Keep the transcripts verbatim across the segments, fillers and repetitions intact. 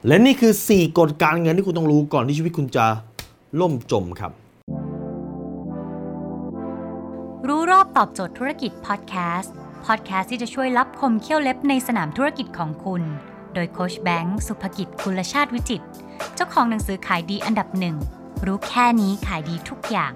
และนี่คือสี่กฎการเงินที่คุณต้องรู้ก่อนที่ชีวิตคุณจะล่มจมครับรู้รอบตอบโจทย์ธุรกิจพอดแคสต์พอดแคสต์ที่จะช่วยลับคมเขี้ยวเล็บในสนามธุรกิจของคุณโดยโค้ชแบงค์สุภกิจกุลชาติวิจิตรเจ้าของหนังสือขายดีอันดับหนึ่งรู้แค่นี้ขายดีทุกอย่าง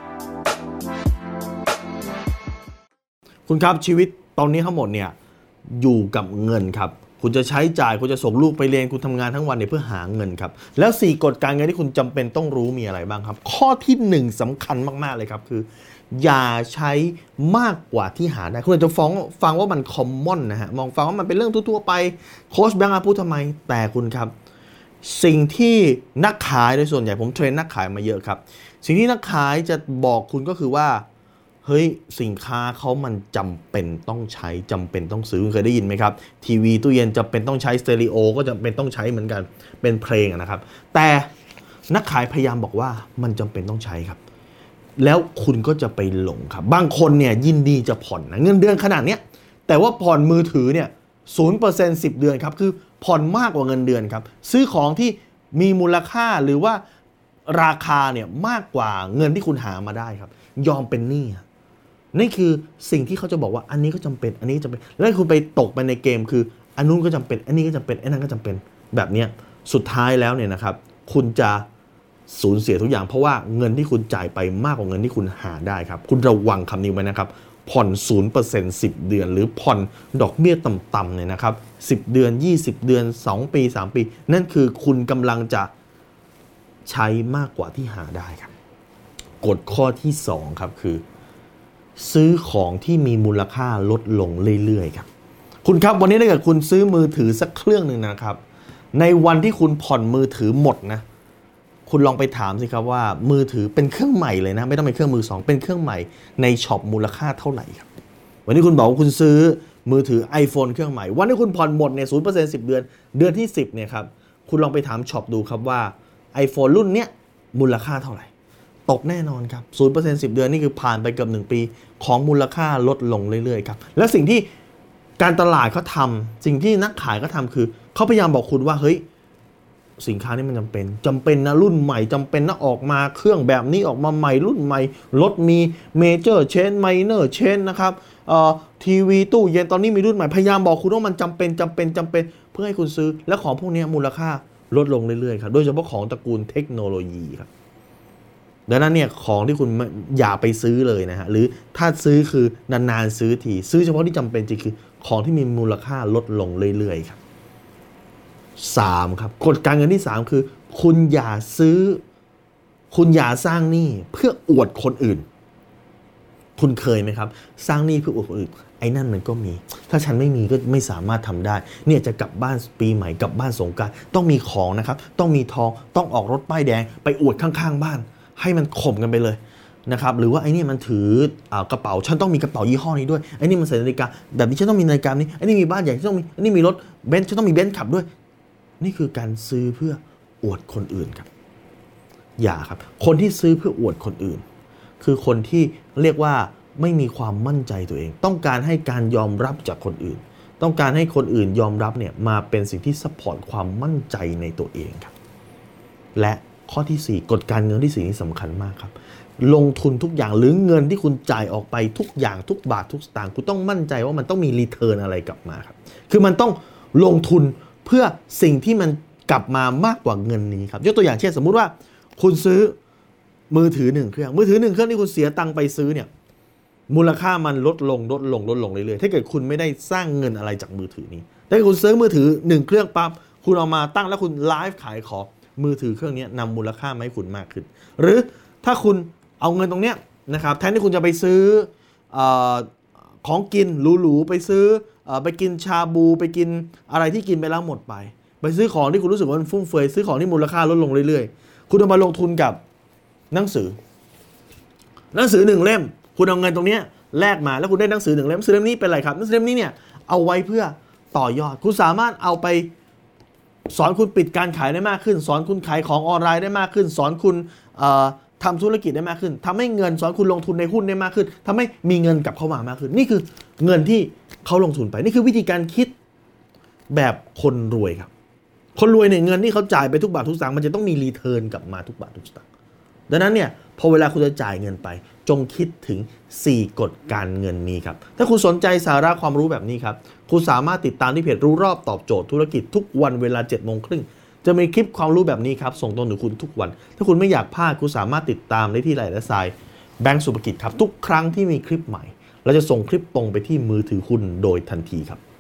คุณครับชีวิตตอนนี้ทั้งหมดเนี่ยอยู่กับเงินครับคุณจะใช้จ่ายคุณจะส่งลูกไปเรียนคุณทำงานทั้งวันเนี่ยเพื่อหาเงินครับแล้วสี่กฎการเงินที่คุณจำเป็นต้องรู้มีอะไรบ้างครับข้อที่หนึ่งสำคัญมากๆเลยครับคืออย่าใช้มากกว่าที่หาได้คุณอาจจะฟังฟังว่ามันคอมมอนนะฮะมองฟังว่ามันเป็นเรื่องทั่วๆไปโค้ชแบงค์พูดทำไมแต่คุณครับสิ่งที่นักขายโดยส่วนใหญ่ผมเทรนนักขายมาเยอะครับสิ่งที่นักขายจะบอกคุณก็คือว่าเฮ้ยสินค้าเขามันจำเป็นต้องใช้จำเป็นต้องซื้อเคยได้ยินไหมครับทีวีตู้เย็นจำเป็นต้องใช้สเตอริโอก็จำเป็นต้องใช้เหมือนกันเป็นเพลงนะครับแต่นักขายพยายามบอกว่ามันจำเป็นต้องใช้ครับแล้วคุณก็จะไปหลงครับบางคนเนี่ยยินดีจะผ่อนนะเงินเดือนขนาดเนี้ยแต่ว่าผ่อนมือถือเนี่ย ศูนย์เปอร์เซ็นต์ สิบเดือนครับคือผ่อนมากกว่าเงินเดือนครับซื้อของที่มีมูลค่าหรือว่าราคาเนี่ยมากกว่าเงินที่คุณหามาได้ครับยอมเป็นหนี้นี่คือสิ่งที่เขาจะบอกว่าอันนี้ก็จำเป็นอันนี้จำเป็นแล้วคุณไปตกไปในเกมคืออันนู้นก็จำเป็นอันนี้ก็จำเป็นอันนั้นก็จำเป็นแบบนี้สุดท้ายแล้วเนี่ยนะครับคุณจะสูญเสียทุกอย่างเพราะว่าเงินที่คุณจ่ายไปมากกว่าเงินที่คุณหาได้ครับคุณระวังคำนี้ไว้นะครับผ่อน ศูนย์เปอร์เซ็นต์ สิบเดือนหรือผ่อนดอกเบี้ยต่ำๆเนี่ยนะครับสิบเดือนยี่สิบเดือนสองปีสามปีนั่นคือคุณกำลังจะใช้มากกว่าที่หาได้ครับกฎข้อที่สองครับคือซื้อของที่มีมูลค่าลดลงเรื่อยๆครับคุณครับวันนี้ถ้าเกิดคุณซื้อมือถือสักเครื่องหนึ่งนะครับในวันที่คุณผ่อนมือถือหมดนะคุณลองไปถามสิครับว่ามือถือเป็นเครื่องใหม่เลยนะไม่ต้องเป็นเครื่องมือสองเป็นเครื่องใหม่ในช็อปมูลค่าเท่าไหร่ครับวันนี้คุณบอกว่าคุณซื้อมือถือ iPhone เครื่องใหม่วันที่คุณผ่อนหมดเนี่ย ศูนย์เปอร์เซ็นต์ สิบเดือนเดือนที่สิบเนี่ยครับคุณลองไปถามช็อปดูครับว่า iPhone รุ่นเนี้ยมูลค่าเท่าไหร่ตกแน่นอนครับ ศูนย์เปอร์เซ็นต์ สิบเดือนนี่คือผ่านไปเกือบหนึ่งปีของมูลค่าลดลงเรื่อยๆครับและสิ่งที่การตลาดเขาทำสิ่งที่นักขายเขาทำคือเขาพยายามบอกคุณว่าเฮ้ยสินค้านี้มันจำเป็นจำเป็นนะรุ่นใหม่จำเป็นนะออกมาเครื่องแบบนี้ออกมาใหม่รุ่นใหม่รถมีเมเจอร์เชนไมเนอร์เชนนะครับเอ่อทีวีตู้เย็นตอนนี้มีรุ่นใหม่พยายามบอกคุณว่ามันจำเป็นจำเป็นจำเป็นเพื่อให้คุณซื้อและของพวกนี้มูลค่าลดลงเรื่อยๆครับโดยเฉพาะของตระกูลเทคโนโลยีครับดังนั้นเนี่ยของที่คุณอย่าไปซื้อเลยนะฮะหรือถ้าซื้อคือนานๆซื้อทีซื้อเฉพาะที่จำเป็นจริงคือของที่มีมูลค่าลดลงเรื่อยๆครับสามครับกฎการเงินที่สามคือคุณอย่าซื้อคุณอย่าสร้างหนี้เพื่ออวดคนอื่นคุณเคยไหมครับสร้างหนี้เพื่ออวดคนอื่นไอ้นั่นมันก็มีถ้าฉันไม่มีก็ไม่สามารถทำได้เนี่ยจะกลับบ้านปีใหม่กลับบ้านสงกรานต์ต้องมีของนะครับต้องมีทองต้องออกรถป้ายแดงไปอวดข้างๆบ้านให้มันข่มกันไปเลยนะครับหรือว่าไอ้นี่มันถือกระเป๋าฉันต้องมีกระเป๋ายี่ห้อนี้ด้วยไอ้นี่มันใส่นาฬิกาแบบนี้ฉันต้องมีนาฬิกานี้ไอ้นี่มีบ้านใหญ่ฉันต้องมีไอ้นี่มีรถเบนซ์ฉันต้องมีเบนซ์ขับด้วยนี่คือการซื้อเพื่ออวดคนอื่นครับอย่าครับคนที่ซื้อเพื่ออวดคนอื่นคือคนที่เรียกว่าไม่มีความมั่นใจตัวเองต้องการให้การยอมรับจากคนอื่นต้องการให้คนอื่นยอมรับเนี่ยมาเป็นสิ่งที่ซัพพอร์ตความมั่นใจในตัวเองครับและข้อที่สี่กฎการเงินที่สี่นี้สำคัญมากครับลงทุนทุกอย่างหรือเงินที่คุณจ่ายออกไปทุกอย่างทุกบาททุกสตางค์คุณต้องมั่นใจว่ามันต้องมีรีเทิร์นอะไรกลับมาครับคือมันต้องลงทุนเพื่อสิ่งที่มันกลับมามากกว่าเงินนี้ครับยกตัวอย่างเช่นสมมุติว่าคุณซื้อมือถือหนึ่งเครื่องมือถือหนึ่งเครื่องที่คุณเสียตังค์ไปซื้อเนี่ยมูลค่ามันลดลงลดลงลดลงเรื่อยๆถ้าเกิดคุณไม่ได้สร้างเงินอะไรจากมือถือนี้ถ้าคุณซื้อมือถือหนึ่งเครื่องปั๊บคุณเอามาตั้งแล้วคุณไลฟ์ขายของมือถือเครื่องนี้นำมูลค่ามาให้คุณมากขึ้นหรือถ้าคุณเอาเงินตรงเนี้ยนะครับแทนที่คุณจะไปซื้อเอ่อของกินหรูๆไปซื้อเอ่อไปกินชาบูไปกินอะไรที่กินไปแล้วหมดไปไปซื้อของที่คุณรู้สึกว่ามันฟุ่มเฟือยซื้อของที่มูลค่าลดลงเรื่อยๆคุณเอามาลงทุนกับหนังสือหนังสือหนึ่งเล่มคุณเอาเงินตรงนี้แลกมาแล้วคุณได้หนังสือหนึ่งเล่มหนังสือเล่มนี้เป็นอะไรครับหนังสือเล่มนี้เนี่ยเอาไว้เพื่อต่อยอดคุณสามารถเอาไปสอนคุณปิดการขายได้มากขึ้นสอนคุณขายของออนไลน์ได้มากขึ้นสอนคุณเอ่อทำธุรกิจได้มากขึ้นทำให้เงินสอนคุณลงทุนในหุ้นได้มากขึ้นทำให้มีเงินกลับเข้ามามากขึ้นนี่คือเงินที่เขาลงทุนไปนี่คือวิธีการคิดแบบคนรวยครับคนรวยเนี่ยเงินที่เขาจ่ายไปทุกบาททุกสตางค์มันจะต้องมีรีเทิร์นกลับมาทุกบาททุกสตางค์ดังนั้นเนี่ยพอเวลาคุณจะจ่ายเงินไปจงคิดถึงสี่กฎการเงินนี้ครับถ้าคุณสนใจสาระความรู้แบบนี้ครับคุณสามารถติดตามที่เพจรู้รอบตอบโจทย์ธุรกิจทุกวันเวลาเจ็ดโมงครึ่งจะมีคลิปความรู้แบบนี้ครับส่งตรงถึงคุณทุกวันถ้าคุณไม่อยากพลาดคุณสามารถติดตามได้ที่ไลน์และไซน์แบงก์สุภกิจครับทุกครั้งที่มีคลิปใหม่เราจะส่งคลิปตรงไปที่มือถือคุณโดยทันทีครับ